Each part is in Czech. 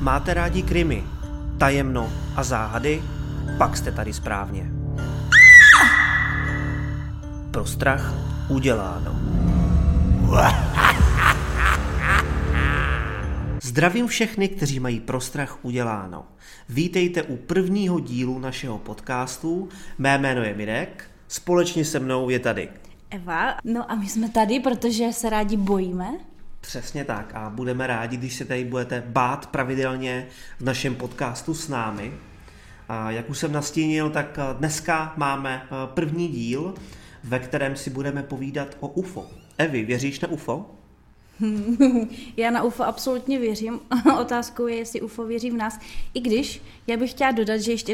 Máte rádi krimi, tajemno a záhady? Pak jste tady správně. Pro strach uděláno. Zdravím všechny, kteří mají pro strach uděláno. Vítejte u prvního dílu našeho podcastu. Mé jméno je Mirek, společně se mnou je tady Eva. No a my jsme tady, protože se rádi bojíme. Přesně tak a budeme rádi, když se tady budete bát pravidelně v našem podcastu s námi. A jak už jsem nastínil, tak dneska máme první díl, ve kterém si budeme povídat o UFO. Evi, věříš na UFO? Já na UFO absolutně věřím. Otázkou je, jestli UFO věří v nás. I když já bych chtěla dodat, že ještě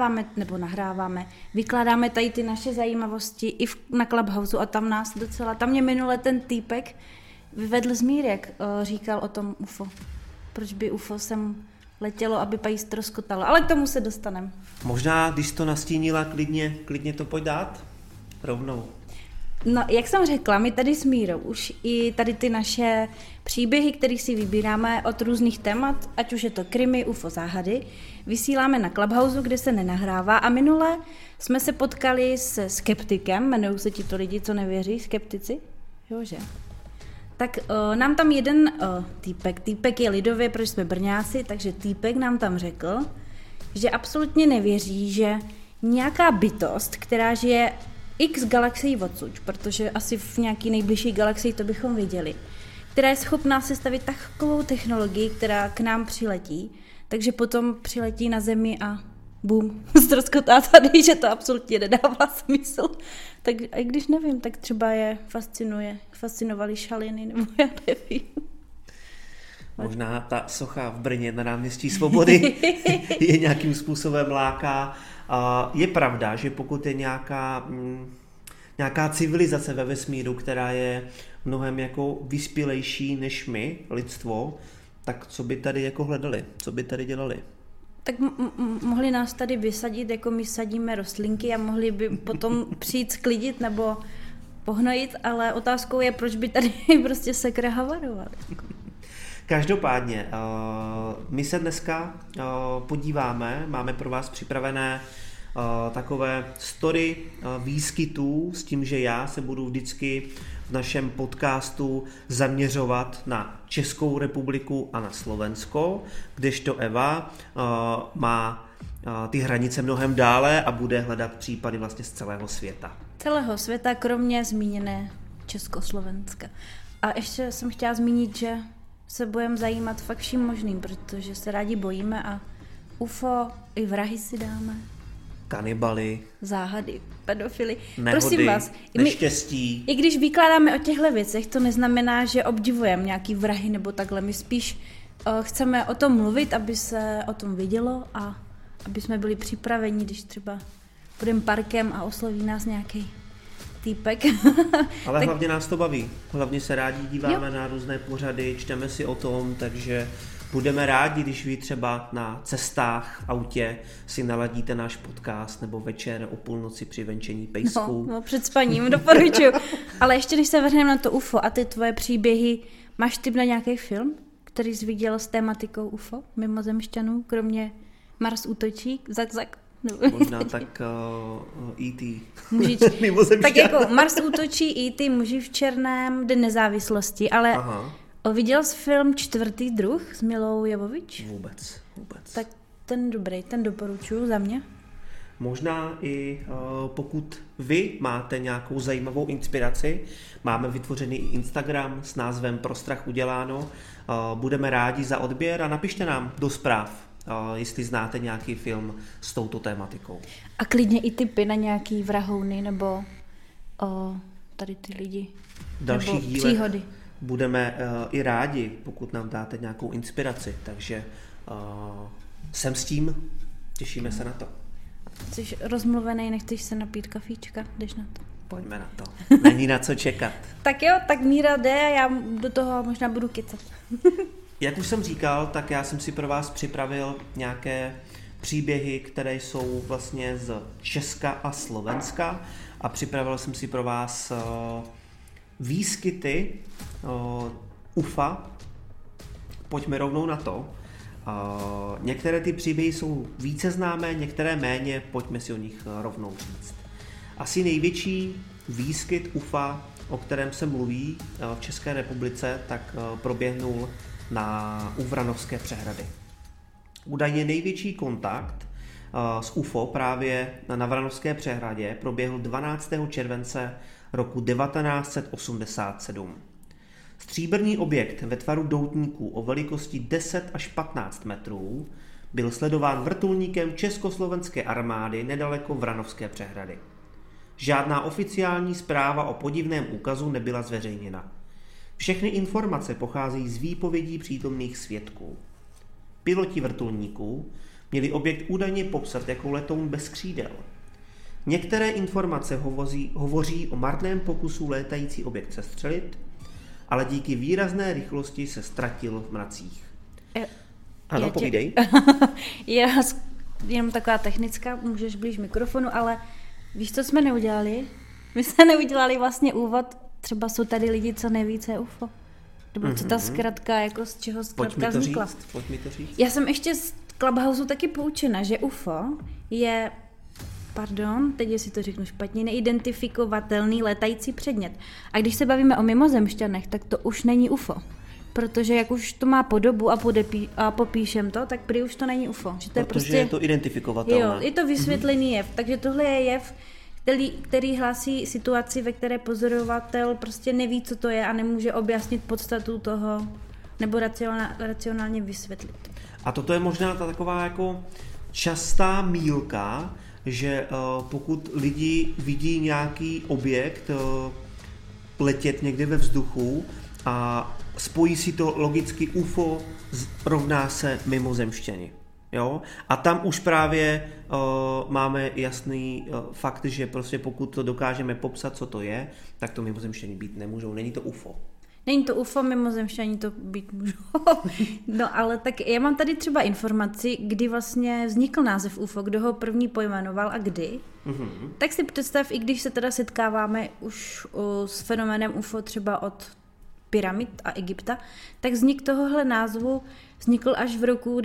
vykládáme tady ty naše zajímavosti i na Clubhouse a tam nás docela, tam mě minule ten týpek vyvedl z míry, jak říkal o tom UFO. Proč by UFO sem letělo, aby pají ztroskotalo. Ale k tomu se dostaneme. Možná, když to nastínila, klidně to pojď dát rovnou. No, jak jsem řekla, my tady s Mírou už i tady ty naše příběhy, které si vybíráme od různých témat, ať už je to krimi, UFO, záhady, vysíláme na Clubhouse, kde se nenahrává a minule jsme se potkali se skeptikem, jmenují se ti to lidi, co nevěří, skeptici, jože. Tak nám tam jeden týpek je lidově, protože jsme Brňáci, takže týpek nám tam řekl, že absolutně nevěří, že nějaká bytost, která žije x galaxií odsud, protože asi v nějaký nejbližší galaxii to bychom viděli, která je schopná sestavit takovou technologii, která k nám přiletí, takže potom přiletí na Zemi a bum, ztroskotá tady, že to absolutně nedává smysl. Tak i když nevím, tak třeba je fascinovaly šaliny, nebo já nevím. Možná ta socha v Brně na náměstí Svobody je nějakým způsobem láká. Je pravda, že pokud je nějaká civilizace ve vesmíru, která je mnohem jako vyspělejší než my, lidstvo, tak co by tady jako hledali? Co by tady dělali? Tak mohli nás tady vysadit, jako my sadíme rostlinky a mohli by potom přijít sklidit nebo pohnojit, ale otázkou je, proč by tady prostě sekre havarovali. Každopádně, my se dneska podíváme, máme pro vás připravené takové story výskytů s tím, že já se budu vždycky v našem podcastu zaměřovat na Českou republiku a na Slovensko, kdežto Eva má ty hranice mnohem dále a bude hledat případy vlastně z celého světa. Celého světa, kromě zmíněné Československa. A ještě jsem chtěla zmínit, že se budeme zajímat fakt vším možným, protože se rádi bojíme a UFO i vrahy si dáme. Kanibaly, záhady, pedofily. Nehody, prosím vás, neštěstí. I když vykládáme o těchto věcech, to neznamená, že obdivujeme nějaký vrahy nebo takhle. My spíš chceme o tom mluvit, aby se o tom vědělo a aby jsme byli připraveni, když třeba půjdeme parkem a osloví nás nějaký týpek. Ale hlavně nás to baví. Hlavně se rádi díváme na různé pořady, čteme si o tom, takže budeme rádi, když vy třeba na cestách v autě si naladíte náš podcast nebo večer o půlnoci při venčení pejsků. No, před spaním, doporučuji. Ale ještě než se vrhneme na to UFO a ty tvoje příběhy, máš tip na nějaký film, který jsi viděl s tématikou UFO, mimozemšťanů, kromě Mars útočí, zak. Možná tak E.T. Tak jako Mars útočí, E.T. muži v černém, Den nezávislosti, ale viděl jsi film Čtvrtý druh s Milou Jovovič? Vůbec. Tak ten dobrý, ten doporučuji za mě. Možná i pokud vy máte nějakou zajímavou inspiraci, máme vytvořený Instagram s názvem Pro strach uděláno, budeme rádi za odběr a napište nám do zpráv, jestli znáte nějaký film s touto tématikou. A klidně i tipy na nějaký vrahouny nebo tady ty lidi. V dalších dílech příhody. Budeme i rádi, pokud nám dáte nějakou inspiraci, takže jsem s tím, těšíme se na to. Jsi rozmluvený, nechceš se napít kafíčka, jdeš na to? Pojďme na to, není na co čekat. Tak jo, tak Míra jde a já do toho možná budu kecat. Jak už jsem říkal, tak já jsem si pro vás připravil nějaké příběhy, které jsou vlastně z Česka a Slovenska a připravil jsem si pro vás výskyty UFA. Pojďme rovnou na to. Některé ty příběhy jsou více známé, některé méně, pojďme si o nich rovnou říct. Asi největší výskyt UFA, o kterém se mluví v České republice, tak proběhnul u Vranovské přehrady. Údajně největší kontakt s UFO právě na Vranovské přehradě proběhl 12. července roku 1987. Stříbrný objekt ve tvaru doutníku o velikosti 10 až 15 metrů byl sledován vrtulníkem československé armády nedaleko Vranovské přehrady. Žádná oficiální zpráva o podivném úkazu nebyla zveřejněna. Všechny informace pocházejí z výpovědí přítomných svědků. Piloti vrtulníků měli objekt údajně popsat jako letoun bez křídel. Některé informace hovoří o marném pokusu létající objekt sestřelit, ale díky výrazné rychlosti se ztratil v mracích. Ano, povídej. Jenom taková technická, můžeš blíž mikrofonu, ale víš, co jsme neudělali? My jsme neudělali vlastně úvod, třeba jsou tady lidi, co neví, co je UFO. Nebo co ta zkratka, jako z čeho zkratka vznikla. Pojď mi to říct. Já jsem ještě z Clubhouse taky poučena, že UFO je, teď jestli to řeknu špatně, neidentifikovatelný létající předmět. A když se bavíme o mimozemšťanech, tak to už není UFO. Protože jak už to má podobu a popíšem to, tak prý už to není UFO. Že to protože je to identifikovatelné. Jo, je to vysvětlený jev. Takže tohle je jev, který hlásí situaci, ve které pozorovatel prostě neví, co to je a nemůže objasnit podstatu toho nebo racionálně vysvětlit. A toto je možná ta taková jako častá mýlka, že pokud lidi vidí nějaký objekt letět někde ve vzduchu a spojí si to logicky UFO rovná se mimozemšťani. Jo? A tam už právě máme jasný fakt, že prostě pokud to dokážeme popsat, co to je, tak to mimozemšťani být nemůžou. Není to UFO. Není to UFO, mimozemšťani to být můžou. No ale tak já mám tady třeba informaci, kdy vlastně vznikl název UFO, kdo ho první pojmenoval a kdy. Mm-hmm. Tak si představ, i když se teda setkáváme už s fenoménem UFO třeba od pyramid a Egypta, tak vznik tohohle názvu vznikl až v roku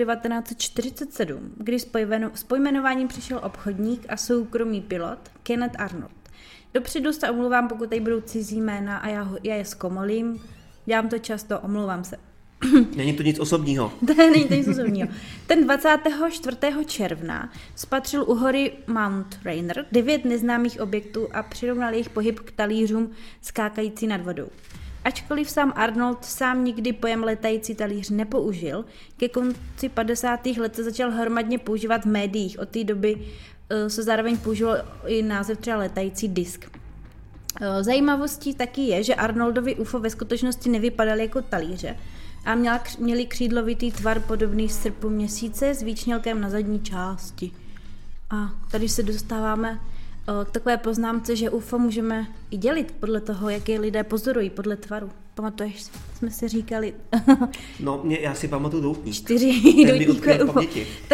1947, kdy s pojmenováním přišel obchodník a soukromý pilot Kenneth Arnold. Dopředu se omluvám, pokud tady budou cizí jména a já je zkomolím. Dělám to často, omlouvám se. Není to nic osobního. Není to nic osobního. Ten 24. června spatřil u hory Mount Rainier 9 neznámých objektů a přirovnal jejich pohyb k talířům skákající nad vodou. Ačkoliv Arnold nikdy pojem letající talíř nepoužil, ke konci 50. let se začal hromadně používat v médiích. Od té doby se zároveň používal i název třeba letající disk. Zajímavostí taky je, že Arnoldovi UFO ve skutečnosti nevypadaly jako talíře a měli křídlovitý tvar podobný srpu měsíce s výčnělkem na zadní části. A tady se dostáváme k takové poznámce, že UFO můžeme i dělit podle toho, jak je lidé pozorují, podle tvaru. Pamatuješ, jsme si říkali? No, já si pamatuju doutník. 4 doutníkové UFO. Tak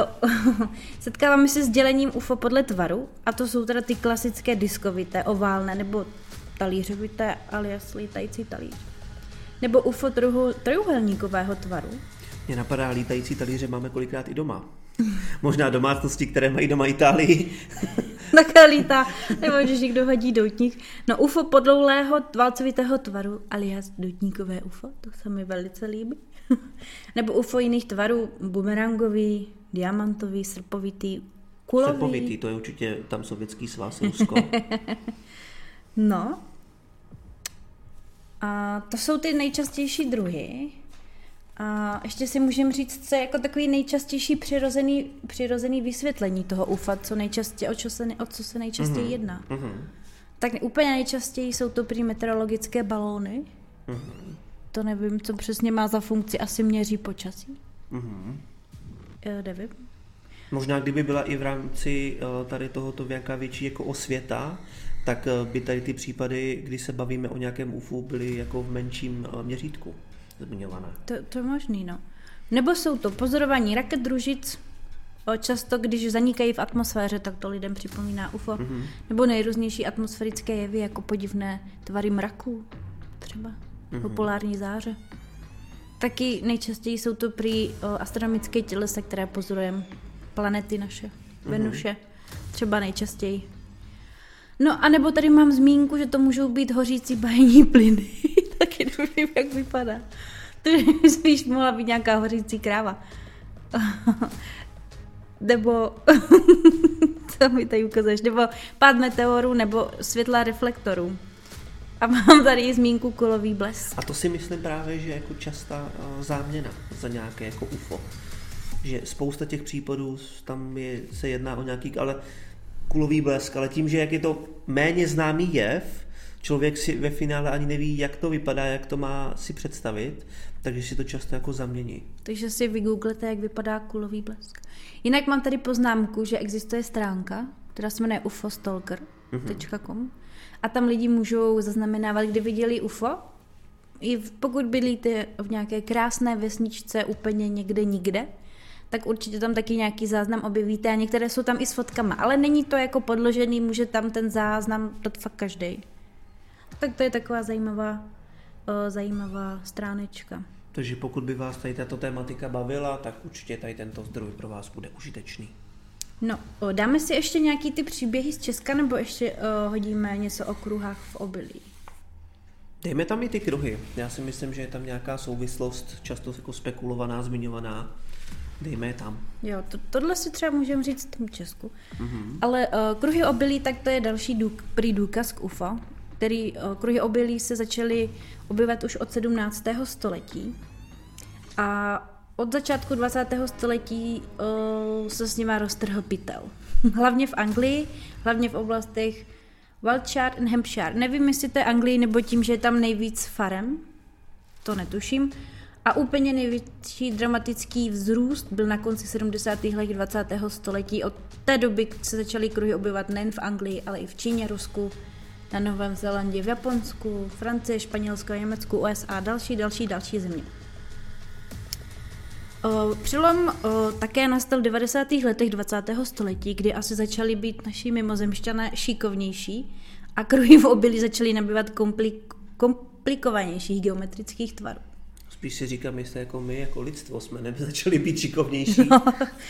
setkáváme se s dělením UFO podle tvaru a to jsou teda ty klasické diskovité, oválné nebo talířovité alias lítající talíř. Nebo UFO trojuhelníkového tvaru. Mě napadá, lítající talíře máme kolikrát i doma. Možná domácnosti, které mají doma Itálii. Také lítá, nebo když někdo hodí doutník. No UFO podloulého válcovitého tvaru, alias doutníkové UFO, to se mi velice líbí. Nebo UFO jiných tvarů, bumerangový, diamantový, srpovitý, kulový. Srpovitý, to je určitě tam Sovětský svaz, Rusko. No. A to jsou ty nejčastější druhy. A ještě si můžeme říct, co je jako takový nejčastější přirozený vysvětlení toho UFA, o co se nejčastěji jedná. Mm-hmm. Tak úplně nejčastěji jsou to prý meteorologické balóny. Mm-hmm. To nevím, co přesně má za funkci, asi měří počasí. Mm-hmm. Nevím. Možná kdyby byla i v rámci tady tohoto nějaká větší jako osvěta, tak by tady ty případy, kdy se bavíme o nějakém UFU, byly jako v menším měřítku zmiňované. To je možný, no. Nebo jsou to pozorování raket, družic, často když zanikají v atmosféře, tak to lidem připomíná UFO. Mm-hmm. Nebo nejrůznější atmosférické jevy, jako podivné tvary mraků, třeba, nebo polární záře. Taky nejčastěji jsou to prý astronomické tělesa, které pozorujeme. Planety naše, Venuše, třeba nejčastěji. No a nebo tady mám zmínku, že to můžou být hořící bahení plyny. Taky nevím, jak vypadá. To by spíš mohla být nějaká hořící kráva. Nebo, co mi tady ukazuješ, nebo pád meteorů, nebo světla reflektorů. A mám tady i zmínku kulový blesk. A to si myslím právě, že jako častá záměna za nějaké jako UFO. Že spousta těch případů tam se jedná o nějaký ale kulový blesk, ale tím, že jak je to méně známý jev, člověk si ve finále ani neví, jak to vypadá, jak to má si představit, takže si to často jako zamění. Takže si vygooglete, jak vypadá kulový blesk. Jinak mám tady poznámku, že existuje stránka, která se jmenuje ufostalker.com a tam lidi můžou zaznamenávat, kdy viděli UFO. I pokud bydlíte v nějaké krásné vesničce úplně někde nikde, tak určitě tam taky nějaký záznam objevíte a některé jsou tam i s fotkama, ale není to jako podložený, může tam ten záznam dát fakt každý. Tak to je taková zajímavá stránečka. Takže pokud by vás tady tato tématika bavila, tak určitě tady tento zdroj pro vás bude užitečný. No, dáme si ještě nějaký ty příběhy z Česka, nebo ještě hodíme něco o kruhách v obilí? Dejme tam i ty kruhy. Já si myslím, že je tam nějaká souvislost, často jako spekulovaná, zmiňovaná. Dejme je tam. Jo, tohle si třeba můžeme říct v tom Česku. Ale kruhy obilí, tak to je další prý důkaz k UFO, kruhy obilí se začaly objevovat už od 17. století a od začátku 20. století se s nima roztrhl pytel. Hlavně v Anglii, hlavně v oblastech Wiltshire a Hampshire. Nevím, jestli to je Anglii nebo tím, že je tam nejvíc farem, to netuším. A úplně největší dramatický vzrůst byl na konci 70. let 20. století. Od té doby se začaly kruhy objevovat nejen v Anglii, ale i v Číně, Rusku, na Novém Zélandě, v Japonsku, Francii, Španělsku, Německu, USA, další země. Přelom také nastal v 90. letech 20. století, kdy asi začaly být naši mimozemšťané šikovnější a kruhy v obilí začaly nabývat komplikovanějších geometrických tvarů. Spíš si říkám, jestli jako my, jako lidstvo, jsme začali být šikovnější. No,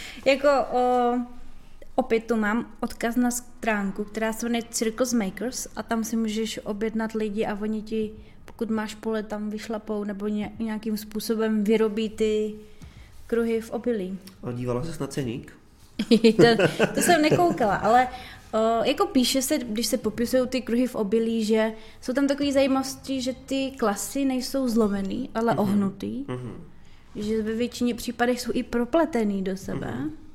opět tu mám odkaz na stránku, která se jmenuje Circles Makers a tam si můžeš objednat lidi a oni ti, pokud máš pole, tam vyšlapou nebo nějakým způsobem vyrobí ty kruhy v obilí. A dívala ses na ceník? to jsem nekoukala, ale jako píše se, když se popisují ty kruhy v obilí, že jsou tam takové zajímavosti, že ty klasy nejsou zlomený, ale ohnutý. Že ve většině případech jsou i propletený do sebe.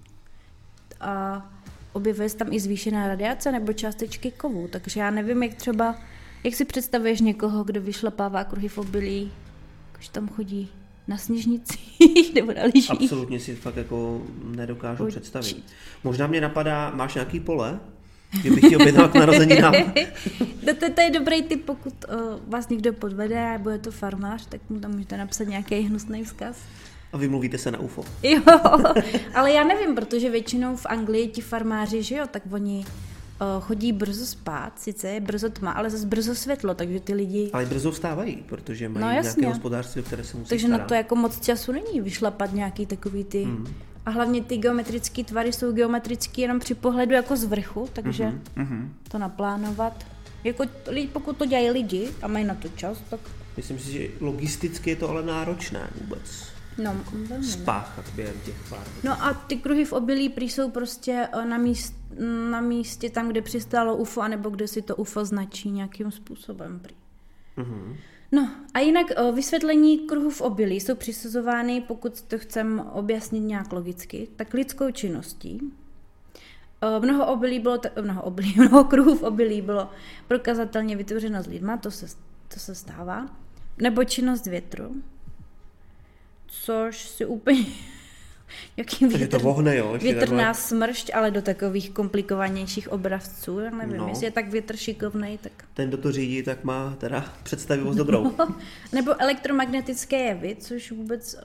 A objevuje se tam i zvýšená radiace nebo částečky kovů. Takže já nevím, jak si představuješ někoho, kdo vyšlapává kruhy v obilí, když tam chodí na sněžnicích nebo na lyžích. Absolutně si fakt jako nedokážu představit. Možná mě napadá, máš nějaký pole? Kdybych ti objednal k narozeninám. To je dobrý tip, pokud vás někdo podvede a bude to farmář, tak mu tam můžete napsat nějaký hnusný vzkaz. A vymluvíte se na UFO. Jo, ale já nevím, protože většinou v Anglii ti farmáři, že jo, tak oni chodí brzo spát, sice je brzo tma, ale zase brzo světlo, takže ty lidi... Ale brzo vstávají, protože mají nějaké hospodářství, které se musí takže starat. Na to jako moc času není vyšlapat nějaký takový ty... A hlavně ty geometrické tvary jsou geometrické jenom při pohledu jako z vrchu, takže to naplánovat. Jako, pokud to dělají lidi a mají na to čas, tak... Myslím si, že logisticky je to ale náročné vůbec. No, spáchat během těch pár. No a ty kruhy v obilí prý jsou prostě na místě tam, kde přistálo UFO, anebo kde si to UFO značí nějakým způsobem prý. No a jinak vysvětlení kruhů v obilí jsou přisuzovány, pokud to chceme objasnit nějak logicky, tak lidskou činností. Mnoho kruhů v obilí bylo prokazatelně vytvořeno s lidma, to se stává, nebo činnost větru, což si úplně... Jaký větrná smršť, ale do takových komplikovanějších obrazců, já nevím, jestli je tak větr šikovnej, tak... Ten, kdo to řídí, tak má teda představivost dobrou. Nebo elektromagnetické jevy, což vůbec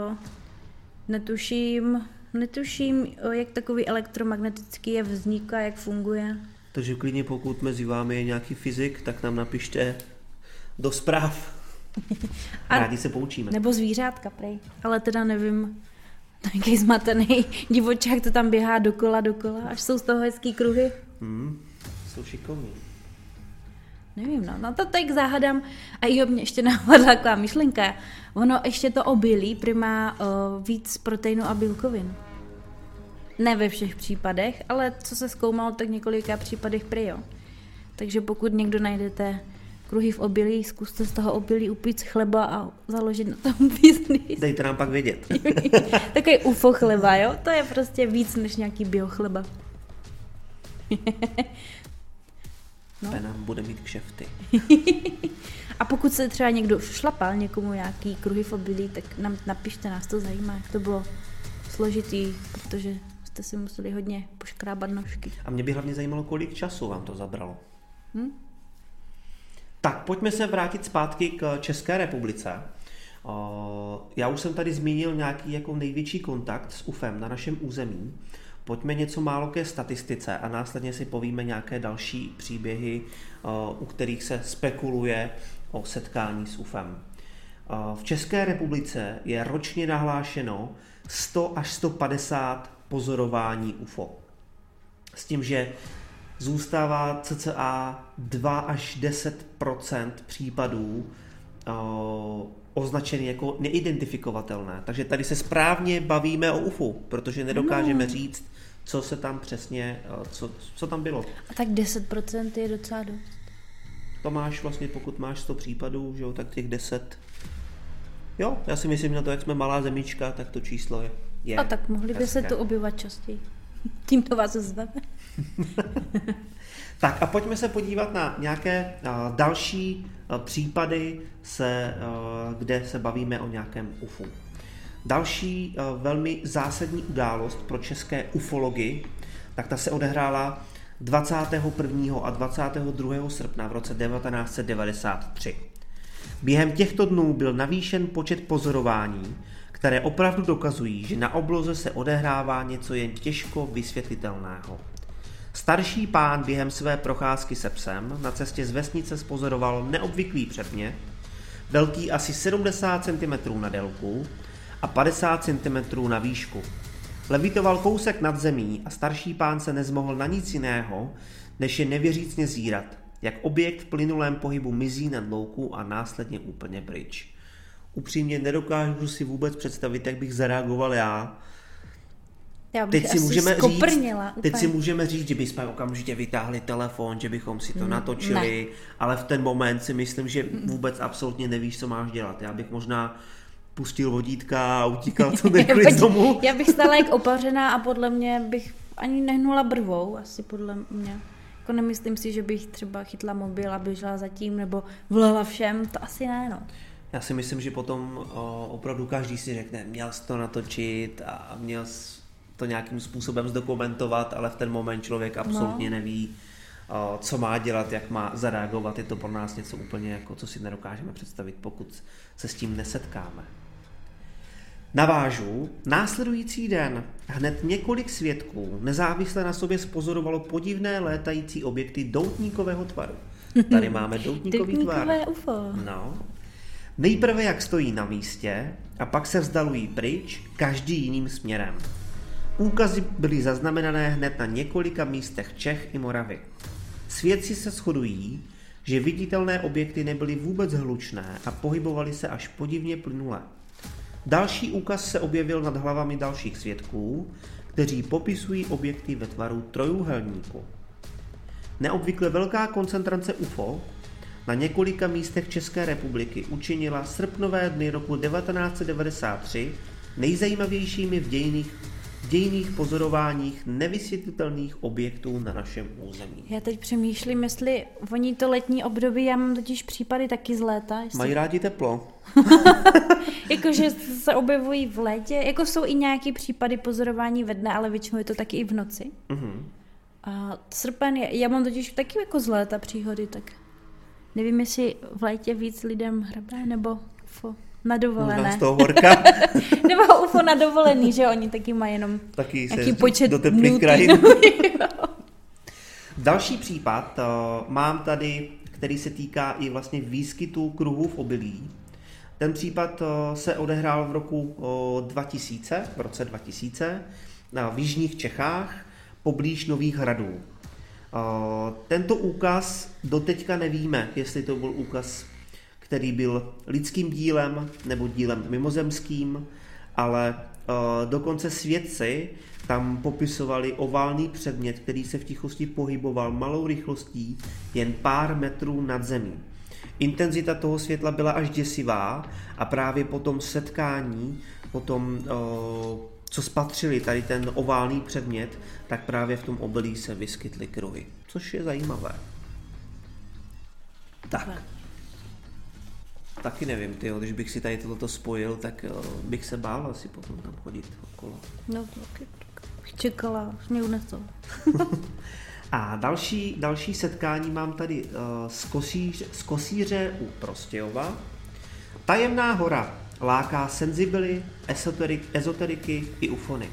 netuším, jak takový elektromagnetický jev vzniká, jak funguje. Takže klidně pokud mezi vámi je nějaký fyzik, tak nám napište do zpráv. Rádi se poučíme. Nebo zvířátka, prej. Ale teda nevím, nějaký zmatený divočák, to tam běhá dokola, až jsou z toho hezký kruhy. Jsou šikovní. Nevím, no to tak záhadám. A jo, mě ještě napadla taková myšlenka. Ono ještě to obilí má víc proteinu a bílkovin. Ne ve všech případech, ale co se zkoumalo, tak několika případech prý jo. Takže pokud někdo najdete kruhy v obilí, zkuste z toho obilí upít chleba a založit na tom biznis. Dejte nám pak vědět. Takový UFO chleba, jo? To je prostě víc než nějaký biochleba. No. Pena bude mít kšefty. A pokud se třeba někdo šlapal někomu nějaký kruhy v obilí, tak nám napište, nás to zajímá, jak to bylo složitý, protože jste si museli hodně poškrábat nožky. A mě by hlavně zajímalo, kolik času vám to zabralo. Tak pojďme se vrátit zpátky k České republice. Já už jsem tady zmínil nějaký jako největší kontakt s UFem na našem území. Pojďme něco málo ke statistice a následně si povíme nějaké další příběhy, u kterých se spekuluje o setkání s UFem. V České republice je ročně nahlášeno 100 až 150 pozorování UFO. S tím, že zůstává cca 2 až 10% případů označený jako neidentifikovatelné. Takže tady se správně bavíme o UFU, protože nedokážeme říct, co se tam přesně, co tam bylo. A tak 10% je docela dost. To máš vlastně, pokud máš 100 případů, že jo, tak těch 10. Jo, já si myslím, že na to, jak jsme malá zemička, tak to číslo je. A tak mohli by se tu objevovat častěji. Tímto vás zveme. Tak a pojďme se podívat na nějaké další případy, kde se bavíme o nějakém UFU. Další velmi zásadní událost pro české ufology, tak ta se odehrála 21. a 22. srpna v roce 1993. Během těchto dnů byl navýšen počet pozorování, které opravdu dokazují, že na obloze se odehrává něco jen těžko vysvětlitelného. Starší pán během své procházky se psem na cestě z vesnice spozoroval neobvyklý předmět, velký asi 70 cm na délku a 50 cm na výšku. Levitoval kousek nad zemí a starší pán se nezmohl na nic jiného, než je nevěřícně zírat, jak objekt v plynulém pohybu mizí nad loukou a následně úplně pryč. Upřímně nedokážu si vůbec představit, jak bych zareagoval já. Teď si můžeme říct, že bychom okamžitě vytáhli telefon, že bychom si to natočili, ale v ten moment si myslím, že vůbec absolutně nevíš, co máš dělat. Já bych možná pustil vodítka a utíkal co nejklid z domu. Já bych stála jak opařená a podle mě bych ani nehnula brvou, asi podle mě. Jako nemyslím si, že bych třeba chytla mobil a běžela za tím, nebo volala všem, to asi ne, no. Já si myslím, že potom opravdu každý si řekne, měl jsi to natočit a měl jsi to nějakým způsobem zdokumentovat, ale v ten moment člověk absolutně neví, co má dělat, jak má zareagovat. Je to pro nás něco úplně, jako co si nedokážeme představit, pokud se s tím nesetkáme. Navážu, následující den hned několik svědků nezávisle na sobě spozorovalo podivné létající objekty doutníkového tvaru. Tady máme doutníkový tvar. UFO. No. Nejprve jak stojí na místě a pak se vzdalují pryč, každý jiným směrem. Úkazy byly zaznamenané hned na několika místech Čech i Moravy. Svědci se shodují, že viditelné objekty nebyly vůbec hlučné a pohybovaly se až podivně plynule. Další úkaz se objevil nad hlavami dalších svědků, kteří popisují objekty ve tvaru trojúhelníku. Neobvykle velká koncentrace UFO na několika místech České republiky učinila srpnové dny roku 1993 nejzajímavějšími v dějinných pozorováních nevysvětlitelných objektů na našem území. Já teď přemýšlím, jestli voní to letní období, já mám totiž případy taky z léta. Mají rádi teplo. Jakože se objevují v létě, jako jsou i nějaký případy pozorování ve dne, ale většinou je to taky i v noci. A srpen, já mám totiž taky jako z léta příhody, tak nevím, jestli v létě víc lidem hrabe, nebo UFO na dovolené. Možná z toho horka. Nebo UFO na dovolený, že oni taky mají jenom taky počet do teplých krajin. Další případ mám tady, který se týká i vlastně výskytu kruhů v obilí. Ten případ se odehrál v roce 2000 v jižních Čechách poblíž Nových Hradů. Tento úkaz doteďka nevíme, jestli to byl úkaz, který byl lidským dílem nebo dílem mimozemským, ale dokonce svědci tam popisovali oválný předmět, který se v tichosti pohyboval malou rychlostí jen pár metrů nad zemí. Intenzita toho světla byla až děsivá a právě po tom setkání, po tom, co spatřili tady ten oválný předmět, tak právě v tom obilí se vyskytly kruhy, což je zajímavé. Tak. Taky nevím, tyjo, když bych si tady toto spojil, tak bych se bál asi potom tam chodit okolo. No, taky bych čekala, až mě unesou. A další setkání mám tady z Kosíře u Prostějova. Tajemná hora láká senzibily, ezoteriky i ufony.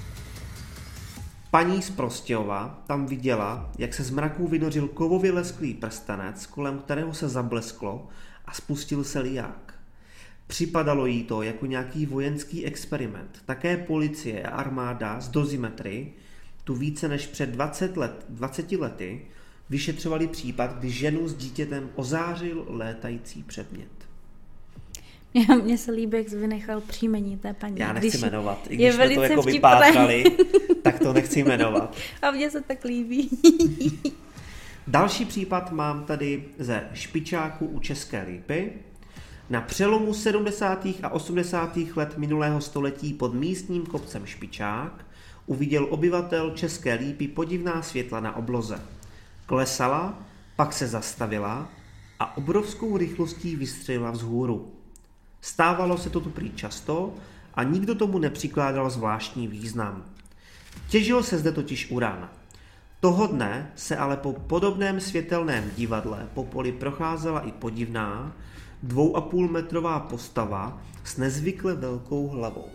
Paní z Prostějova tam viděla, jak se z mraků vynořil kovově lesklý prstenec, kolem kterého se zablesklo a spustil se liják. Připadalo jí to jako nějaký vojenský experiment. Také policie a armáda z dozimetry tu více než před 20 lety vyšetřovali případ, kdy ženu s dítětem ozářil létající předmět. Mně se líbí, jak jsi vynechal příjmení té paní. Já nechci jmenovat, i když jsme to jako vypátrali, tak to nechci jmenovat. A mně se tak líbí. Další případ mám tady ze Špičáku u České Lípy. Na přelomu 70. a 80. let minulého století pod místním kopcem Špičák uviděl obyvatel České Lípy podivná světla na obloze. Klesala, pak se zastavila a obrovskou rychlostí vystřelila vzhůru. Stávalo se to tu prý často a nikdo tomu nepřikládal zvláštní význam. Těžil se zde totiž uran. Toho dne se ale po podobném světelném divadle po poli procházela i podivná 2,5 metrová postava s nezvykle velkou hlavou.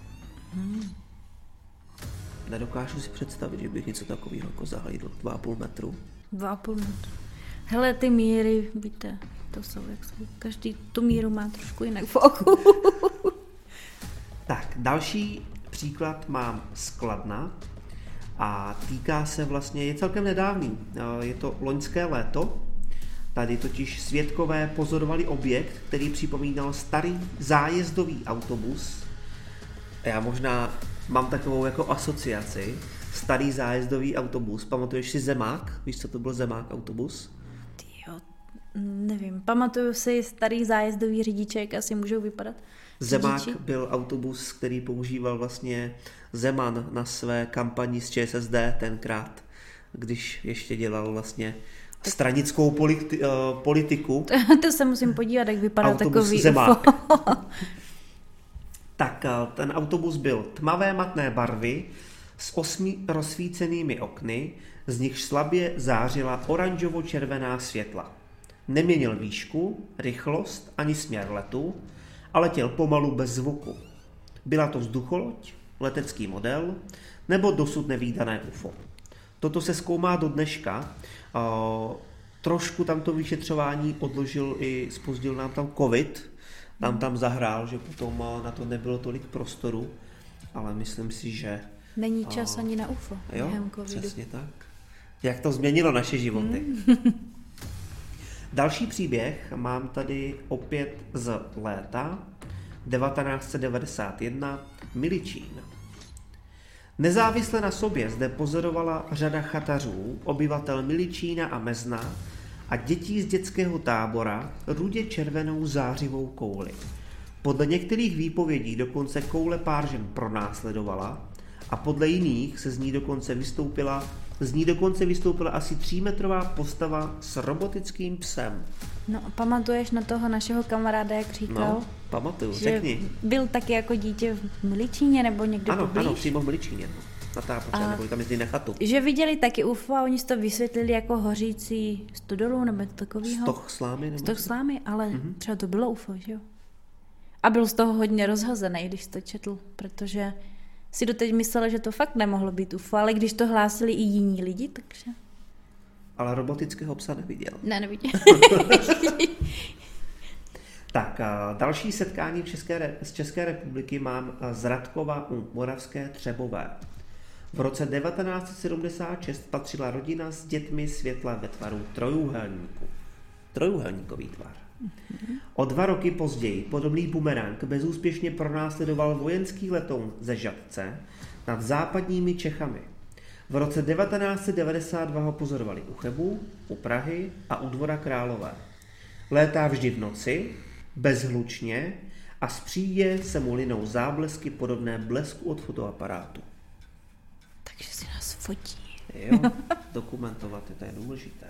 Nedokážu si představit, že bych něco takového jako zahlídl. 2,5 metru. 2,5 metru. Hele, ty míry, víte, to jsou jak jsou. Každý tu míru má trošku jinak v oku. Tak, další příklad mám z Kladna a týká se vlastně, je celkem nedávný. Je to loňské léto. Tady totiž svědkové pozorovali objekt, který připomínal starý zájezdový autobus. Já možná mám takovou jako asociaci. Starý zájezdový autobus. Pamatuješ si Zemák? Víš, co to byl Zemák autobus? Jo, nevím. Pamatuju si starý zájezdový řidiček, asi můžou vypadat. Zemák byl autobus, který používal vlastně Zeman na své kampani z ČSSD tenkrát, když ještě dělal vlastně stranickou politiku. To se musím podívat, jak vypadá autobus takový Zemák. Tak ten autobus byl tmavé matné barvy s 8 rozsvícenými okny, z nichž slabě zářila oranžovo-červená světla. Neměnil výšku, rychlost ani směr letu a letěl pomalu bez zvuku. Byla to vzducholoď, letecký model nebo dosud nevídané UFO. Toto se zkoumá do dneška. Trošku tam to vyšetřování odložil i zpozdil nám tam covid. Tam zahrál, že potom na to nebylo tolik prostoru, ale myslím si, že... Není čas ani na UFO. Jo, přesně tak. Jak to změnilo naše životy. Další příběh mám tady opět z léta 1991, Miličín. Nezávisle na sobě zde pozorovala řada chatařů, obyvatel Miličína a Mezna a dětí z dětského tábora rudě červenou zářivou kouli. Podle některých výpovědí dokonce koule pár žen pronásledovala a podle jiných se z ní dokonce vystoupila asi 3metrová postava s robotickým psem. No, pamatuješ na toho našeho kamaráda, jak říkal? No, pamatuju, řekni. Byl taky jako dítě v Miličíně nebo někde poblíž? Ano, přímo v Miličíně. Na táboře, nebo tam jezdili na chatu. Že viděli taky UFO a oni si to vysvětlili jako hořící stodolu nebo takovýho. Stoch slámy? Stoch slámy, ale třeba to bylo UFO, že jo? A byl z toho hodně rozhozený, když to četl, protože si doteď myslel, že to fakt nemohlo být UFO, ale když to hlásili i jiní lidi, takže... Ale robotického psa neviděl. Ne, neviděl. Tak, další setkání z České republiky mám z Radkova u Moravské Třebové. V roce 1976 patřila rodina s dětmi světla ve tvaru trojúhelníku. Trojúhelníkový tvar. O 2 roky později podobný bumerang bezúspěšně pronásledoval vojenský letoun ze Žatce nad západními Čechami. V roce 1992 ho pozorovali u Chebu, u Prahy a u Dvora Králové. Létá vždy v noci, bezhlučně a z přídě se mu linou záblesky podobné blesku od fotoaparátu. Takže si nás fotí. Jo, dokumentovat to je důležité.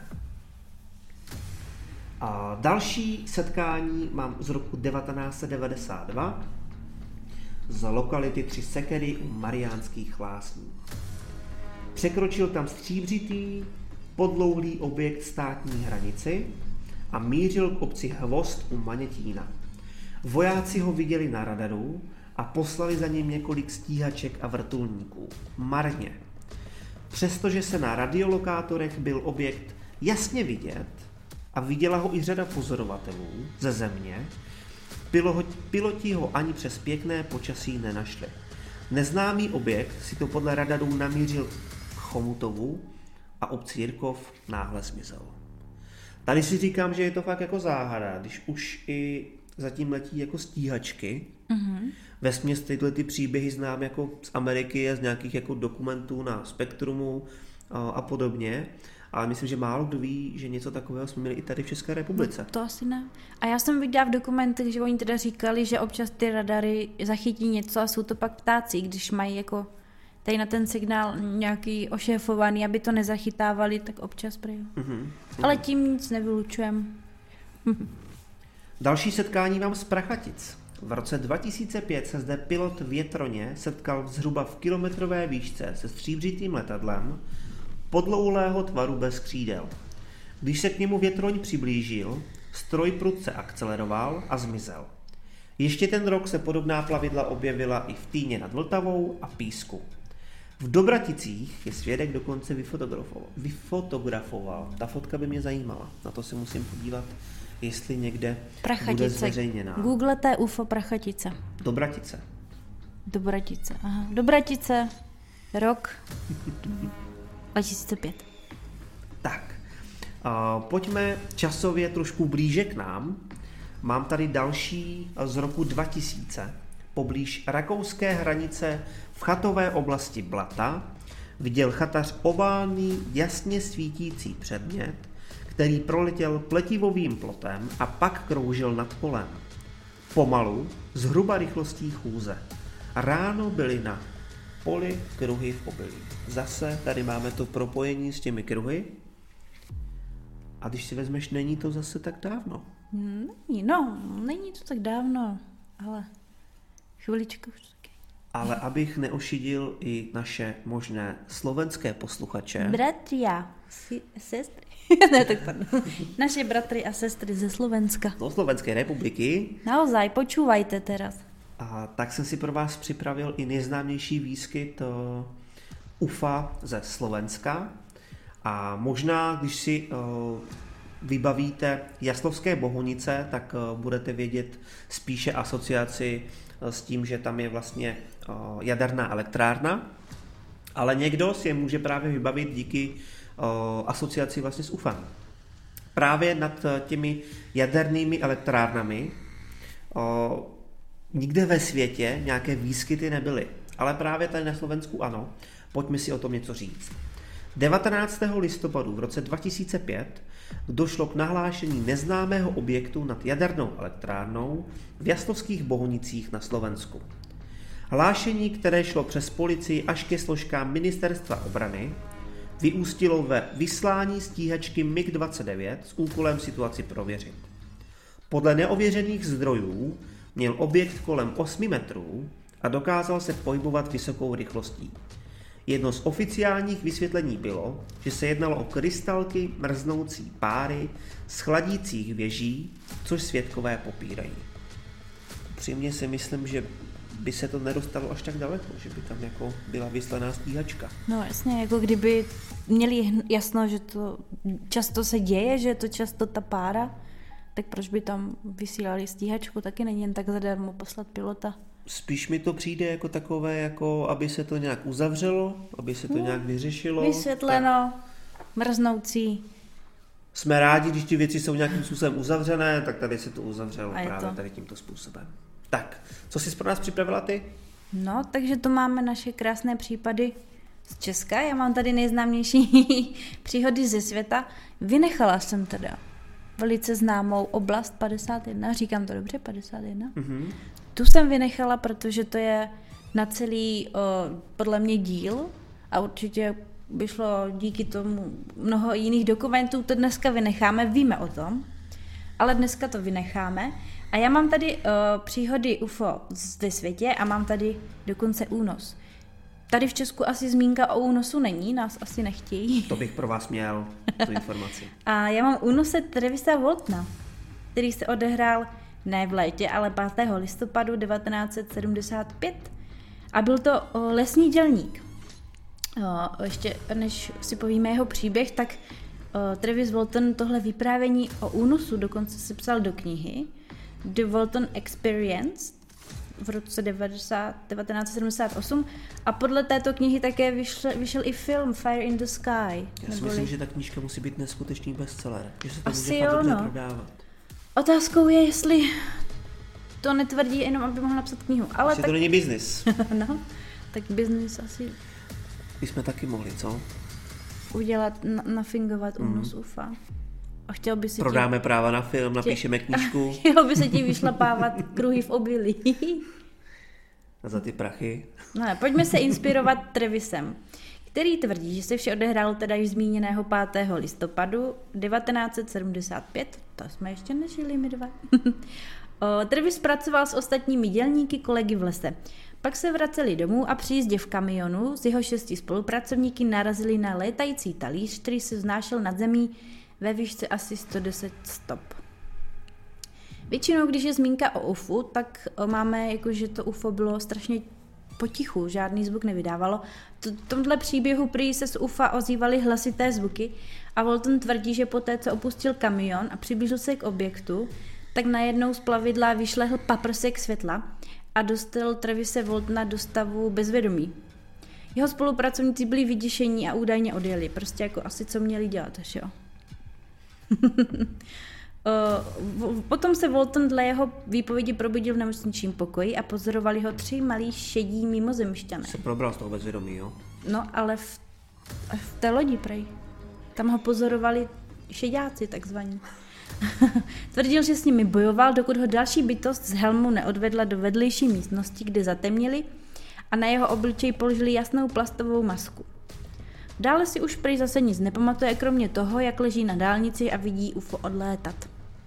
A další setkání mám z roku 1992 z lokality Tři Sekery u Mariánských Lázní. Překročil tam stříbřitý, podlouhlý objekt státní hranici a mířil k obci Hvozd u Manětína. Vojáci ho viděli na radaru a poslali za ním několik stíhaček a vrtulníků. Marně. Přestože se na radiolokátorech byl objekt jasně vidět a viděla ho i řada pozorovatelů ze země, piloti ho ani přes pěkné počasí nenašli. Neznámý objekt si to podle radarů namířil k Chomutovu a obci Jirkov náhle zmizel. Tady si říkám, že je to fakt jako záhada, když už i zatím letí jako stíhačky. Vesměs tyhle ty příběhy znám jako z Ameriky a z nějakých jako dokumentů na Spektrumu a podobně. Ale myslím, že málo kdo ví, že něco takového jsme měli i tady v České republice. To asi ne. A já jsem viděla v dokumentech, že oni teda říkali, že občas ty radary zachytí něco a jsou to pak ptáci, když mají jako tady na ten signál nějaký ošéfovaný, aby to nezachytávali, tak občas prý. Ale tím nic nevylučujeme. Další setkání mám z Prachatic. V roce 2005 se zde pilot Větroně setkal zhruba v kilometrové výšce se stříbřitým letadlem podlouhlého tvaru bez křídel. Když se k němu Větroň přiblížil, stroj prudce akceleroval a zmizel. Ještě ten rok se podobná plavidla objevila i v Týně nad Vltavou a Písku. V Dobraticích je svědek dokonce vyfotografoval. Ta fotka by mě zajímala. Na to se musím podívat, jestli někde bude zveřejněná. Googlete UFO Prachatice. Dobratice. Aha. Dobratice, rok 2005. Tak, pojďme časově trošku blíže k nám. Mám tady další z roku 2000. Poblíž rakouské hranice v chatové oblasti Blata viděl chatař oválný, jasně svítící předmět, který proletěl pletivovým plotem a pak kroužil nad polem. Pomalu, zhruba rychlostí chůze. Ráno byly na poli kruhy v obilí. Zase tady máme to propojení s těmi kruhy. A když si vezmeš, není to zase tak dávno. Není to tak dávno, ale chviličku už taky. Ale abych neošidil i naše možné slovenské posluchače. Bratři a sestry. Ne, tak pardon. Naše bratry a sestry ze Slovenska. Do Slovenské republiky. Naozaj, počúvajte teraz. A tak jsem si pro vás připravil i nejznámější výskyt UFA ze Slovenska. A možná, když si vybavíte Jaslovské Bohunice, tak budete vědět spíše asociaci s tím, že tam je vlastně jaderná elektrárna. Ale někdo si je může právě vybavit díky asociaci vlastně s UFAM. Právě nad těmi jadernými elektrárnami nikde ve světě nějaké výskyty nebyly, ale právě tady na Slovensku ano. Pojďme si o tom něco říct. 19. listopadu v roce 2005 došlo k nahlášení neznámého objektu nad jadernou elektrárnou v Jaslovských Bohunicích na Slovensku. Hlášení, které šlo přes policii až ke složkám Ministerstva obrany, vyústilo ve vyslání stíhačky MiG-29 s úkolem situaci prověřit. Podle neověřených zdrojů měl objekt kolem 8 metrů a dokázal se pohybovat vysokou rychlostí. Jedno z oficiálních vysvětlení bylo, že se jednalo o krystalky mrznoucí páry z chladících věží, což svědkové popírají. Upřímně si myslím, že by se to nedostalo až tak daleko, že by tam jako byla vyslaná stíhačka. No jasně, jako kdyby měli jasno, že to často se děje, že je to často ta pára, tak proč by tam vysílali stíhačku, taky není jen tak zadarmo poslat pilota. Spíš mi to přijde jako takové, jako aby se to nějak uzavřelo, aby se to nějak vyřešilo. Vysvětleno, mrznoucí. Jsme rádi, když ty věci jsou nějakým způsobem uzavřené, tak tady se to uzavřelo právě tady tímto způsobem. Tak, co jsi pro nás připravila ty? No, takže to máme naše krásné případy z Česka. Já mám tady nejznámější příhody ze světa. Vynechala jsem teda velice známou oblast 51, říkám to dobře, 51. Mm-hmm. Tu jsem vynechala, protože to je na celý, podle mě, díl a určitě by šlo díky tomu mnoho jiných dokumentů, to dneska vynecháme, víme o tom, ale dneska to vynecháme. A já mám tady příhody UFO ve světě a mám tady dokonce únos. Tady v Česku asi zmínka o únosu není, nás asi nechtějí. To bych pro vás měl, tu informaci. A já mám únose Travise Waltona, který se odehrál ne v létě, ale 5. listopadu 1975. A byl to lesní dělník. Ještě než si povíme jeho příběh, tak Travis Walton tohle vyprávění o únosu dokonce si psal do knihy The Walton Experience v roce 1978 a podle této knihy také vyšel i film Fire in the Sky. Já si myslím, že ta knížka musí být neskutečný bestseller, že se to asi může fakt dobře prodávat. Otázkou je, jestli to netvrdí jenom, aby mohl napsat knihu. Ale tak... to není biznis. No, tak biznis asi... My jsme taky mohli, co? Udělat, nafingovat únos UFA. A chtěl by si prodáme práva na film, napíšeme knížku. Chtěl by se ti vyšlapávat kruhy v obilí. A za ty prachy. No ne, pojďme se inspirovat Travisem, který tvrdí, že se vše odehrálo teda již zmíněného 5. listopadu 1975. To jsme ještě nežili my dva. Travis pracoval s ostatními dělníky kolegy v lese. Pak se vraceli domů a při jízdě v kamionu z jeho 6 spolupracovníky narazili na létající talíř, který se vznášel nad zemí ve výšce asi 110 stop. Většinou, když je zmínka o UFO, tak máme, že to UFO bylo strašně potichu, žádný zvuk nevydávalo. V tomhle příběhu prý se z UFA ozývaly hlasité zvuky a Walton tvrdí, že poté, co opustil kamion a přiblížil se k objektu, tak najednou z plavidla vyšlehl paprsek světla a dostal Travise Waltona do stavu bezvědomí. Jeho spolupracovníci byli vyděšení a údajně odjeli. Prostě jako asi co měli dělat, až jo. Potom se Walton dle jeho výpovědi probudil v nemocničním pokoji a pozorovali ho 3 malí šedí mimozemšťané. Se probral z toho bezvědomí, jo? No, ale v té lodi prej. Tam ho pozorovali šedáci takzvaní. Tvrdil, že s nimi bojoval, dokud ho další bytost z helmu neodvedla do vedlejší místnosti, kde zatemnili a na jeho obličej položili jasnou plastovou masku. Dále si už prý zase nic nepamatuje, kromě toho, jak leží na dálnici a vidí UFO odlétat.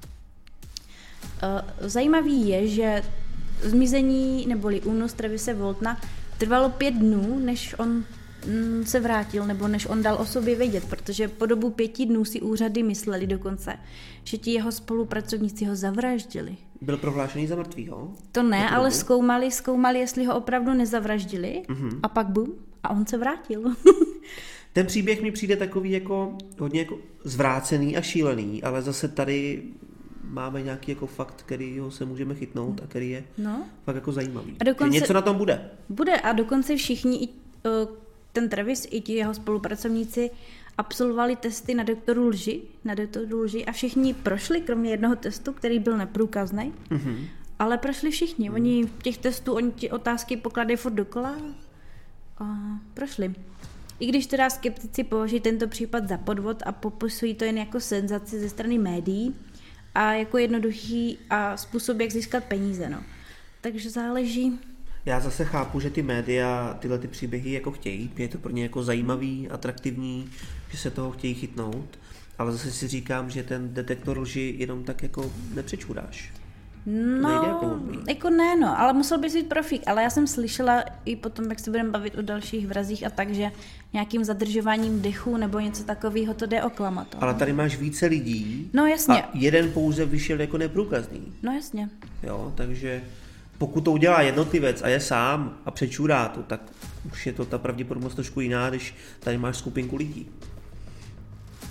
Zajímavý je, že zmizení neboli únos Travise Waltona trvalo 5 dnů, než on se vrátil, nebo než on dal o sobě vědět, protože po dobu 5 dnů si úřady mysleli dokonce, že ti jeho spolupracovníci ho zavraždili. Byl prohlášený za mrtvýho? To ne, ale zkoumali, jestli ho opravdu nezavraždili a pak bum, a on se vrátil. Ten příběh mi přijde takový jako hodně jako zvrácený a šílený, ale zase tady máme nějaký jako fakt, kterýho se můžeme chytnout a který je fakt jako zajímavý. A dokonce, něco na tom bude. Bude a dokonce všichni, ten Travis i ti jeho spolupracovníci absolvovali testy na doktoru lži a všichni prošli, kromě jednoho testu, který byl neprůkazný, ale prošli všichni. Oni těch testů, oni ti otázky pokladají furt dokola a prošli. I když teda skeptici považují tento případ za podvod a popisují to jen jako senzaci ze strany médií a jako jednoduchý a způsob, jak získat peníze. No. Takže záleží. Já zase chápu, že ty média tyhle ty příběhy jako chtějí, je to pro ně jako zajímavý, atraktivní, že se toho chtějí chytnout, ale zase si říkám, že ten detektor lži jenom tak jako nepřečuráš. No, jako ne, no, ale musel bys být profík, ale já jsem slyšela i potom, jak se budeme bavit o dalších vrazích a tak, že nějakým zadržováním dechu nebo něco takového to jde oklamat. Ale tady máš více lidí. No jasně. A jeden pouze vyšel jako neprůkazný. No jasně. Jo, takže pokud to udělá jednotlivec a je sám a přečurá to, tak už je to ta pravděpodobnost trošku jiná, když tady máš skupinku lidí.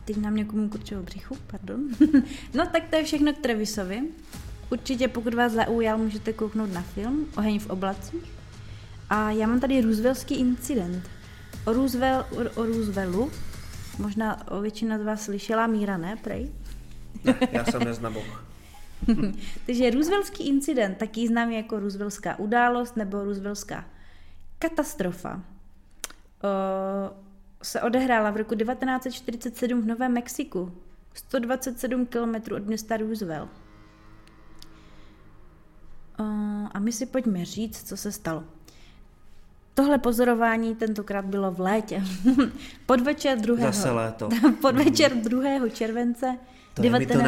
teď nám někomu kurčilo břichu, pardon. No tak to je všechno k Trevisovi. Určitě pokud vás zaujal, můžete kouknout na film Oheň v oblacích. A já mám tady Rooseveltský incident. O Roosevelu, možná většina z vás slyšela, Míra ne, prej? Ne, já jsem neznaboch. Takže Rooseveltský incident, taky známý jako Rooseveltská událost nebo Rooseveltská katastrofa, se odehrála v roku 1947 v Novém Mexiku, 127 km od města Roosevelt. A my si pojďme říct, co se stalo. Tohle pozorování tentokrát bylo v létě. Podvečer 2. Zase léto. Podvečer 2. července to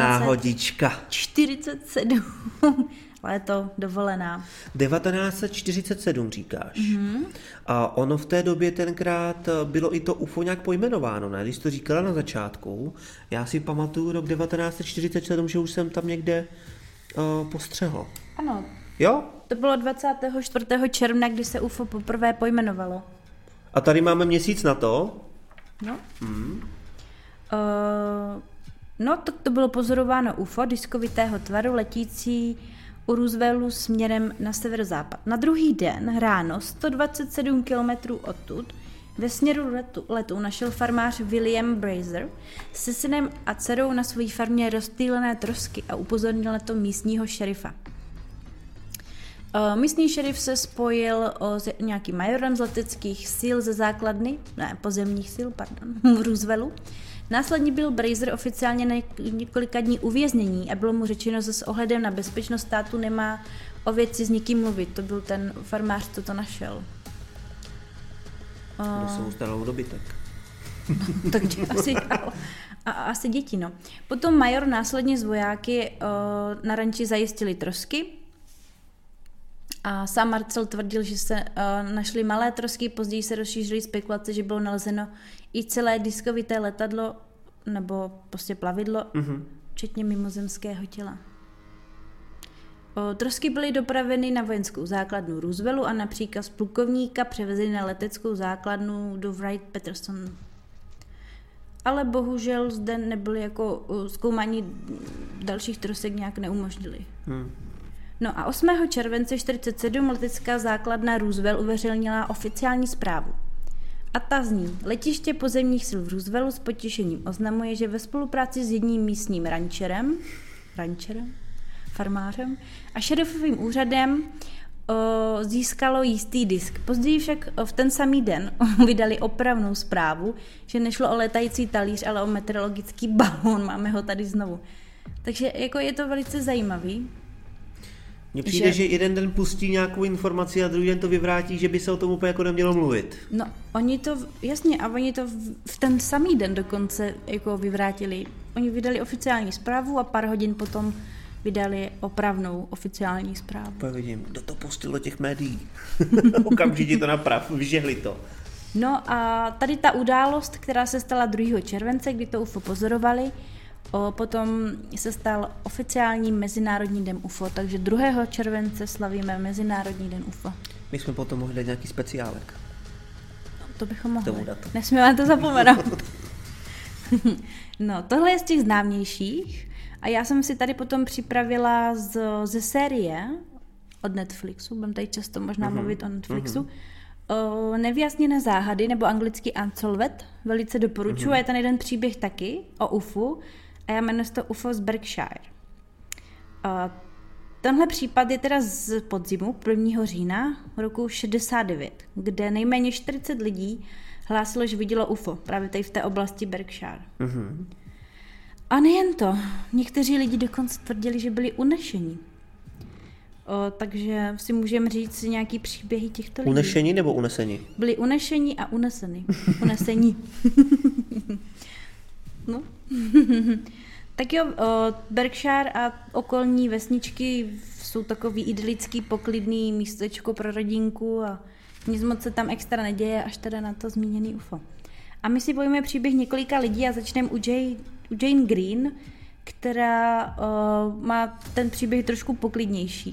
1947. Léto, dovolená. 1947 říkáš. A ono v té době tenkrát bylo i to UFO nějak pojmenováno, ne? Když to říkala na začátku, já si pamatuju rok 1947, že už jsem tam někde postřehl. Ano. Jo? To bylo 24. června, kdy se UFO poprvé pojmenovalo. A tady máme měsíc na to? No. No, to bylo pozorováno UFO diskovitého tvaru letící u Rooseveltu směrem na severozápad. Na druhý den ráno 127 km odtud ve směru letu našel farmář William Brazier se synem a dcerou na své farmě rozptýlené trosky a upozornil na to místního šerifa. Místní šerif se spojil s nějakým majorem z leteckých sil ze základny, pozemních sil, v Rooseveltu. Následně byl Brazier oficiálně na několika dní uvěznění a bylo mu řečeno, že s ohledem na bezpečnost státu nemá o věci s nikým mluvit. To byl ten farmář, co to našel. Kdo se mu staral dobytek. Takže asi děti, no. Potom major následně z vojáky na ranči zajistili trosky. A sám Marcel tvrdil, že se našly malé trosky, později se rozšířily spekulace, že bylo nalezeno i celé diskovité letadlo nebo prostě plavidlo, včetně mimozemského těla. Trosky byly dopraveny na vojenskou základnu Rooseveltu a na příkaz plukovníka převezeny na leteckou základnu do Wright-Patterson. Ale bohužel zde nebyly jako zkoumání dalších trosek nějak neumožnili. No a 8. července 1947 letecká základna Roosevelt uveřejnila oficiální zprávu. A ta zní: letiště pozemních sil v Rooseveltu s potěšením oznamuje, že ve spolupráci s jedním místním farmářem a šerifovým úřadem získalo jistý disk. Později však v ten samý den vydali opravnou zprávu, že nešlo o letající talíř, ale o meteorologický balón. Máme ho tady znovu. Takže jako je to velice zajímavý. Mně přijde, že jeden den pustí nějakou informaci a druhý den to vyvrátí, že by se o tom úplně jako nemělo mluvit. No, oni to v ten samý den dokonce jako vyvrátili. Oni vydali oficiální zprávu a pár hodin potom vydali opravnou oficiální zprávu. Vidím, kdo to pustil do těch médií. Okamžitě to naprav, vyžehli to. No a tady ta událost, která se stala 2. července, kdy to UFO pozorovali, potom se stal oficiální Mezinárodní den UFO, takže 2. července slavíme Mezinárodní den UFO. My jsme potom mohli dát nějaký speciálek. To bychom mohli. Tomu datu. Nesmíme to zapomenout. No, tohle je z těch známějších a já jsem si tady potom připravila ze série od Netflixu, budeme tady často možná mluvit o Netflixu, Nevyjasněné záhady, nebo anglicky Unsolved, velice doporučuji. Je ten jeden příběh taky o UFO a já jmenuji to UFO z Berkshire. Tenhle případ je teda z podzimu 1. října roku 69, kde nejméně 40 lidí hlásilo, že vidělo UFO právě tady v té oblasti Berkshire. A nejen to, někteří lidi dokonce tvrdili, že byli unešení. Takže si můžeme říct nějaký příběhy těchto lidí. Unešení nebo unesení? Byli unešení a unesení. Unesení. No. Tak jo, Berkshire a okolní vesničky jsou takový idylický, poklidný místečko pro rodinku a nic moc se tam extra neděje, až teda na to zmíněný UFO. A my si pojíme příběh několika lidí a začneme u Jane Green, která má ten příběh trošku poklidnější.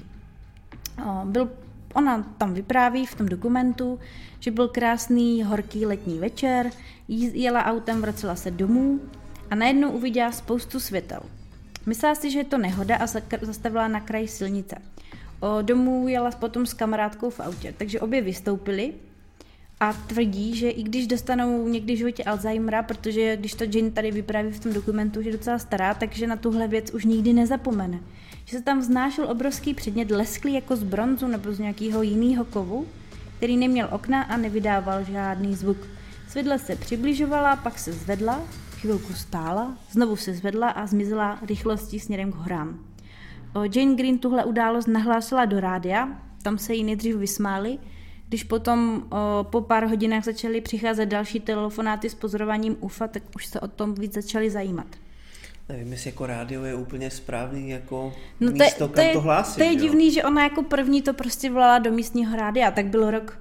Ona tam vypráví v tom dokumentu, že byl krásný, horký letní večer, jela autem, vracela se domů a najednou uviděla spoustu světel. Myslela si, že je to nehoda a zastavila na kraji silnice. Domů jela potom s kamarádkou v autě, takže obě vystoupily a tvrdí, že i když dostanou někdy v životě Alzheimera, protože když to Jane tady vypráví v tom dokumentu, že je docela stará, takže na tuhle věc už nikdy nezapomene. Že se tam vznášel obrovský předmět lesklý jako z bronzu nebo z nějakého jiného kovu, který neměl okna a nevydával žádný zvuk. Světla se přibližovala, pak se zvedla, chvilku stála, znovu se zvedla a zmizela rychlostí směrem k horám. Jane Green tuhle událost nahlásila do rádia, tam se jí nejdřív vysmáli, když potom po pár hodinách začaly přicházet další telefonáty s pozorováním UFA, tak už se o tom víc začali zajímat. Nevím, jestli jako rádio je úplně správný jako místo, kam to hlásit. To je divný, že ona jako první to prostě volala do místního rádia, tak byl rok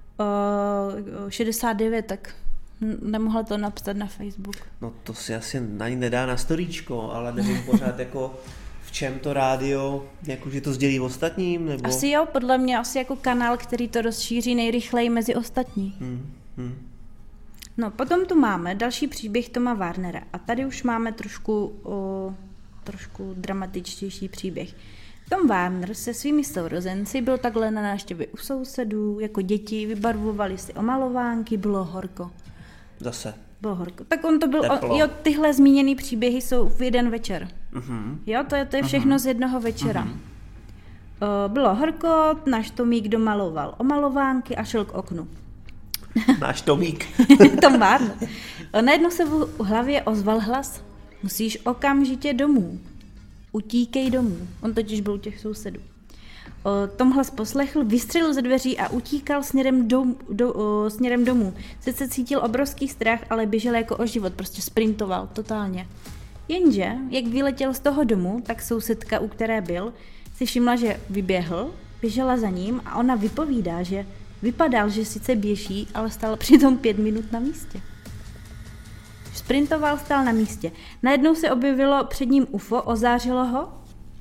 69, tak nemohla to napsat na Facebook. No to si asi ani nedá na storíčko, ale nevím pořád jako v čem to rádio, jako že to sdělí ostatním, nebo... Asi jo, podle mě asi jako kanál, který to rozšíří nejrychleji mezi ostatní. No, potom tu máme další příběh Toma Warnera a tady už máme trošku dramatičtější příběh. Tom Warner se svými sourozenci byl takhle na návštěvě u sousedů, jako děti, vybarvovali si omalovánky, bylo horko. Zase. Bylo horko. Tak on to byl, tyhle zmíněné příběhy jsou v jeden večer. Jo, to je všechno z jednoho večera. Bylo horko, náš Tomík domaloval omalovánky a šel k oknu. Náš Tomík. Tom Warner. Najednou se v hlavě ozval hlas. Musíš okamžitě domů. Utíkej domů. On totiž byl u těch sousedů. Tom hlas poslechl, vystřelil ze dveří a utíkal směrem domů. Sice cítil obrovský strach, ale běžel jako o život, prostě sprintoval totálně. Jenže, jak vyletěl z toho domu, tak sousedka, u které byl, si všimla, že vyběhl, běžela za ním a ona vypovídá, že vypadal, že sice běží, ale stál přitom 5 minut na místě. Sprintoval, stál na místě. Najednou se objevilo před ním UFO, ozářilo ho,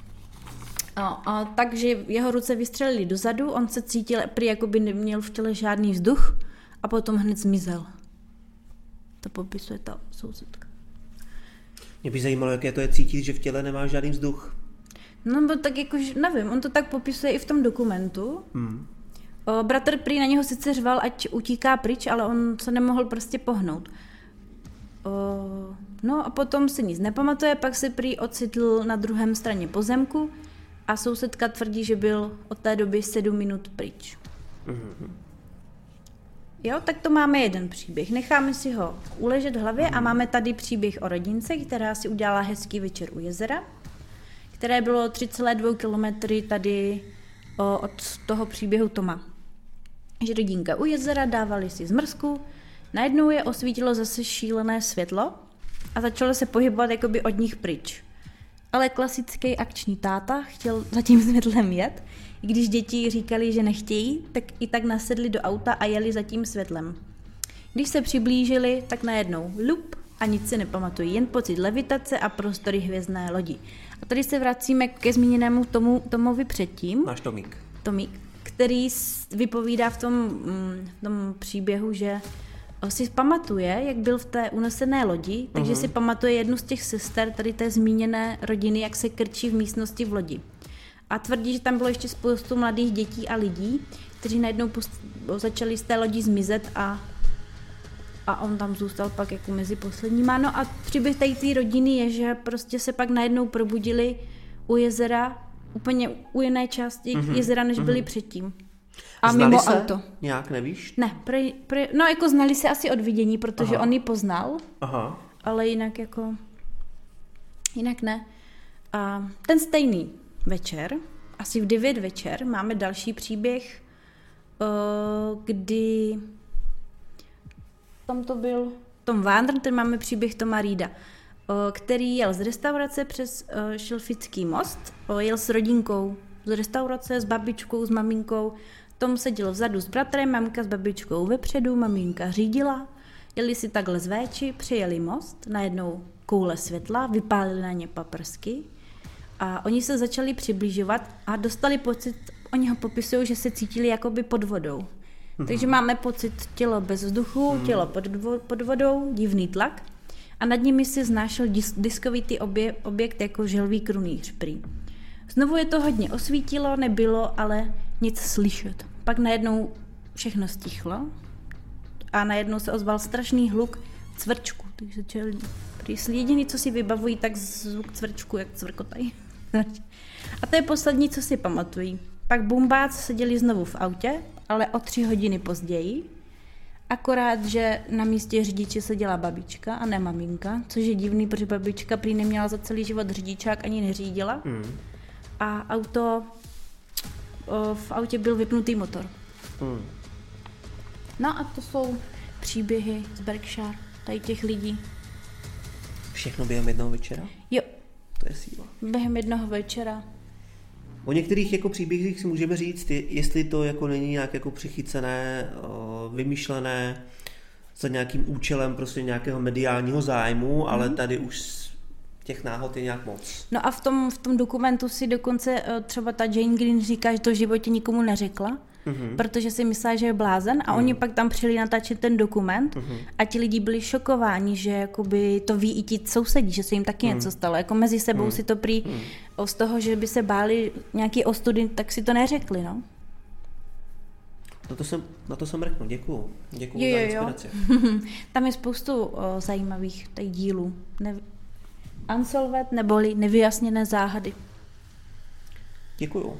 takže jeho ruce vystřelily dozadu, on se cítil, prý jako by neměl v těle žádný vzduch a potom hned zmizel. To popisuje ta sousedka. Mě by zajímalo, jaké to je cítit, že v těle nemá žádný vzduch. No, bo tak jakož, nevím, on to tak popisuje i v tom dokumentu. Bratr prý na něho sice řval, ať utíká pryč, ale on se nemohl prostě pohnout. No a potom si nic nepamatuje, pak se prý ocitl na druhém straně pozemku a sousedka tvrdí, že byl od té doby 7 minut pryč. Jo, tak to máme jeden příběh. Necháme si ho uležet v hlavě a máme tady příběh o rodince, která si udělala hezký večer u jezera, které bylo 3,2 kilometry tady od toho příběhu Toma. Že rodinka u jezera, dávali si zmrzku, najednou je osvítilo zase šílené světlo a začalo se pohybovat jakoby od nich pryč. Ale klasický akční táta chtěl za tím světlem jet, i když děti říkali, že nechtějí, tak i tak nasedli do auta a jeli za tím světlem. Když se přiblížili, tak najednou lup a nic si nepamatují, jen pocit levitace a prostory hvězdné lodi. A tady se vracíme ke zmíněnému Tomovi předtím. Náš Tomík. Tomík, který vypovídá v tom příběhu, že si pamatuje, jak byl v té unesené lodi, takže si pamatuje jednu z těch sester tady té zmíněné rodiny, jak se krčí v místnosti v lodi. A tvrdí, že tam bylo ještě spoustu mladých dětí a lidí, kteří najednou začali z té lodi zmizet a on tam zůstal pak jako mezi posledníma. No a příběh tady té rodiny je, že prostě se pak najednou probudili u jezera, úplně u jiné části jezera, než byli předtím. A znali mimo se auto. Nějak, nevíš? Ne, no jako znali se asi od vidění, protože on ji poznal, ale jinak ne. A ten stejný večer, asi v 9 večer, máme další příběh, kdy tam to byl Tom Warner, ten máme příběh Toma Reeda, který jel z restaurace přes Šelfický most, jel s rodinkou z restaurace, s babičkou, s maminkou. Tom seděl vzadu s bratrem, mamka s babičkou vepředu, maminka řídila, jeli si takhle z véči, přejeli most, najednou koule světla, vypálili na ně paprsky a oni se začali přibližovat a dostali pocit, oni ho popisují, že se cítili jakoby pod vodou. Takže máme pocit tělo bez vzduchu, tělo pod vodou, divný tlak a nad nimi si znášel diskovitý objekt jako želví krunýř prý. Znovu je to hodně osvítilo, nebylo ale nic slyšet. Pak najednou všechno stichlo a najednou se ozval strašný hluk cvrčku. Takže jestli jediný, co si vybavují, tak zvuk cvrčku, jak cvrkotají. A to je poslední, co si pamatují. Pak bumbác seděli znovu v autě, ale o 3 hodiny později. Akorát, že na místě řidiče seděla babička a ne maminka, což je divný, protože babička prý neměla za celý život řidičák, ani neřídila. A v autě byl vypnutý motor. No a to jsou příběhy z Berkshire, tady těch lidí. Všechno během jednoho večera? Jo. To je síla. Během jednoho večera. O některých jako příběhích si můžeme říct, jestli to jako není nějak jako přichycené, vymyšlené za nějakým účelem prostě nějakého mediálního zájmu, ale tady už těch náhod je nějak moc. No a v tom dokumentu si dokonce třeba ta Jane Green říká, že to v životě nikomu neřekla, protože si myslela, že je blázen a oni pak tam přijeli natáčet ten dokument a ti lidi byli šokováni, že jakoby to ví i ti sousedí, že se jim taky něco stalo. Jako mezi sebou si to prý z toho, že by se báli nějaký ostudy, tak si to neřekli, no. Na to jsem mrknul, děkuju. Děkuju za inspiraci. Tam je spoustu zajímavých dílů. Unsolved neboli nevyjasněné záhady. Děkuju.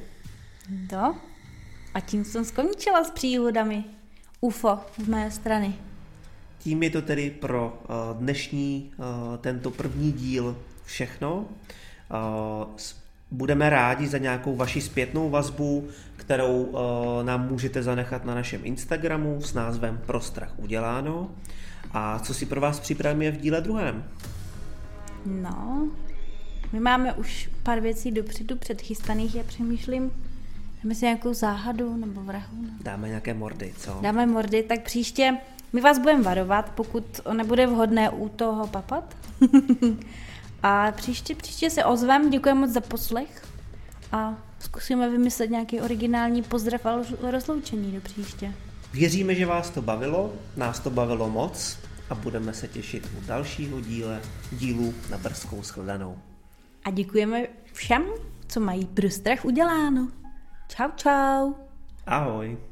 A tím jsem skončila s příhodami UFO z mé strany. Tím je to tedy pro dnešní tento první díl všechno. Budeme rádi za nějakou vaši zpětnou vazbu, kterou nám můžete zanechat na našem Instagramu s názvem Pro strach uděláno. A co si pro vás připravíme v díle druhém? No, my máme už pár věcí dopředu předchystaných, já přemýšlím, dáme si nějakou záhadu nebo vrahu. No. Dáme nějaké mordy, co? Dáme mordy, tak příště my vás budeme varovat, pokud nebude vhodné u toho papat. A příště se ozvem, děkujeme moc za poslech a zkusíme vymyslet nějaký originální pozdrav a rozloučení do příště. Věříme, že vás to bavilo, nás to bavilo moc a budeme se těšit u dalšího dílu na Brzkou shledanou. A děkujeme všem, co mají pro strach uděláno. Čau, čau. Ahoj.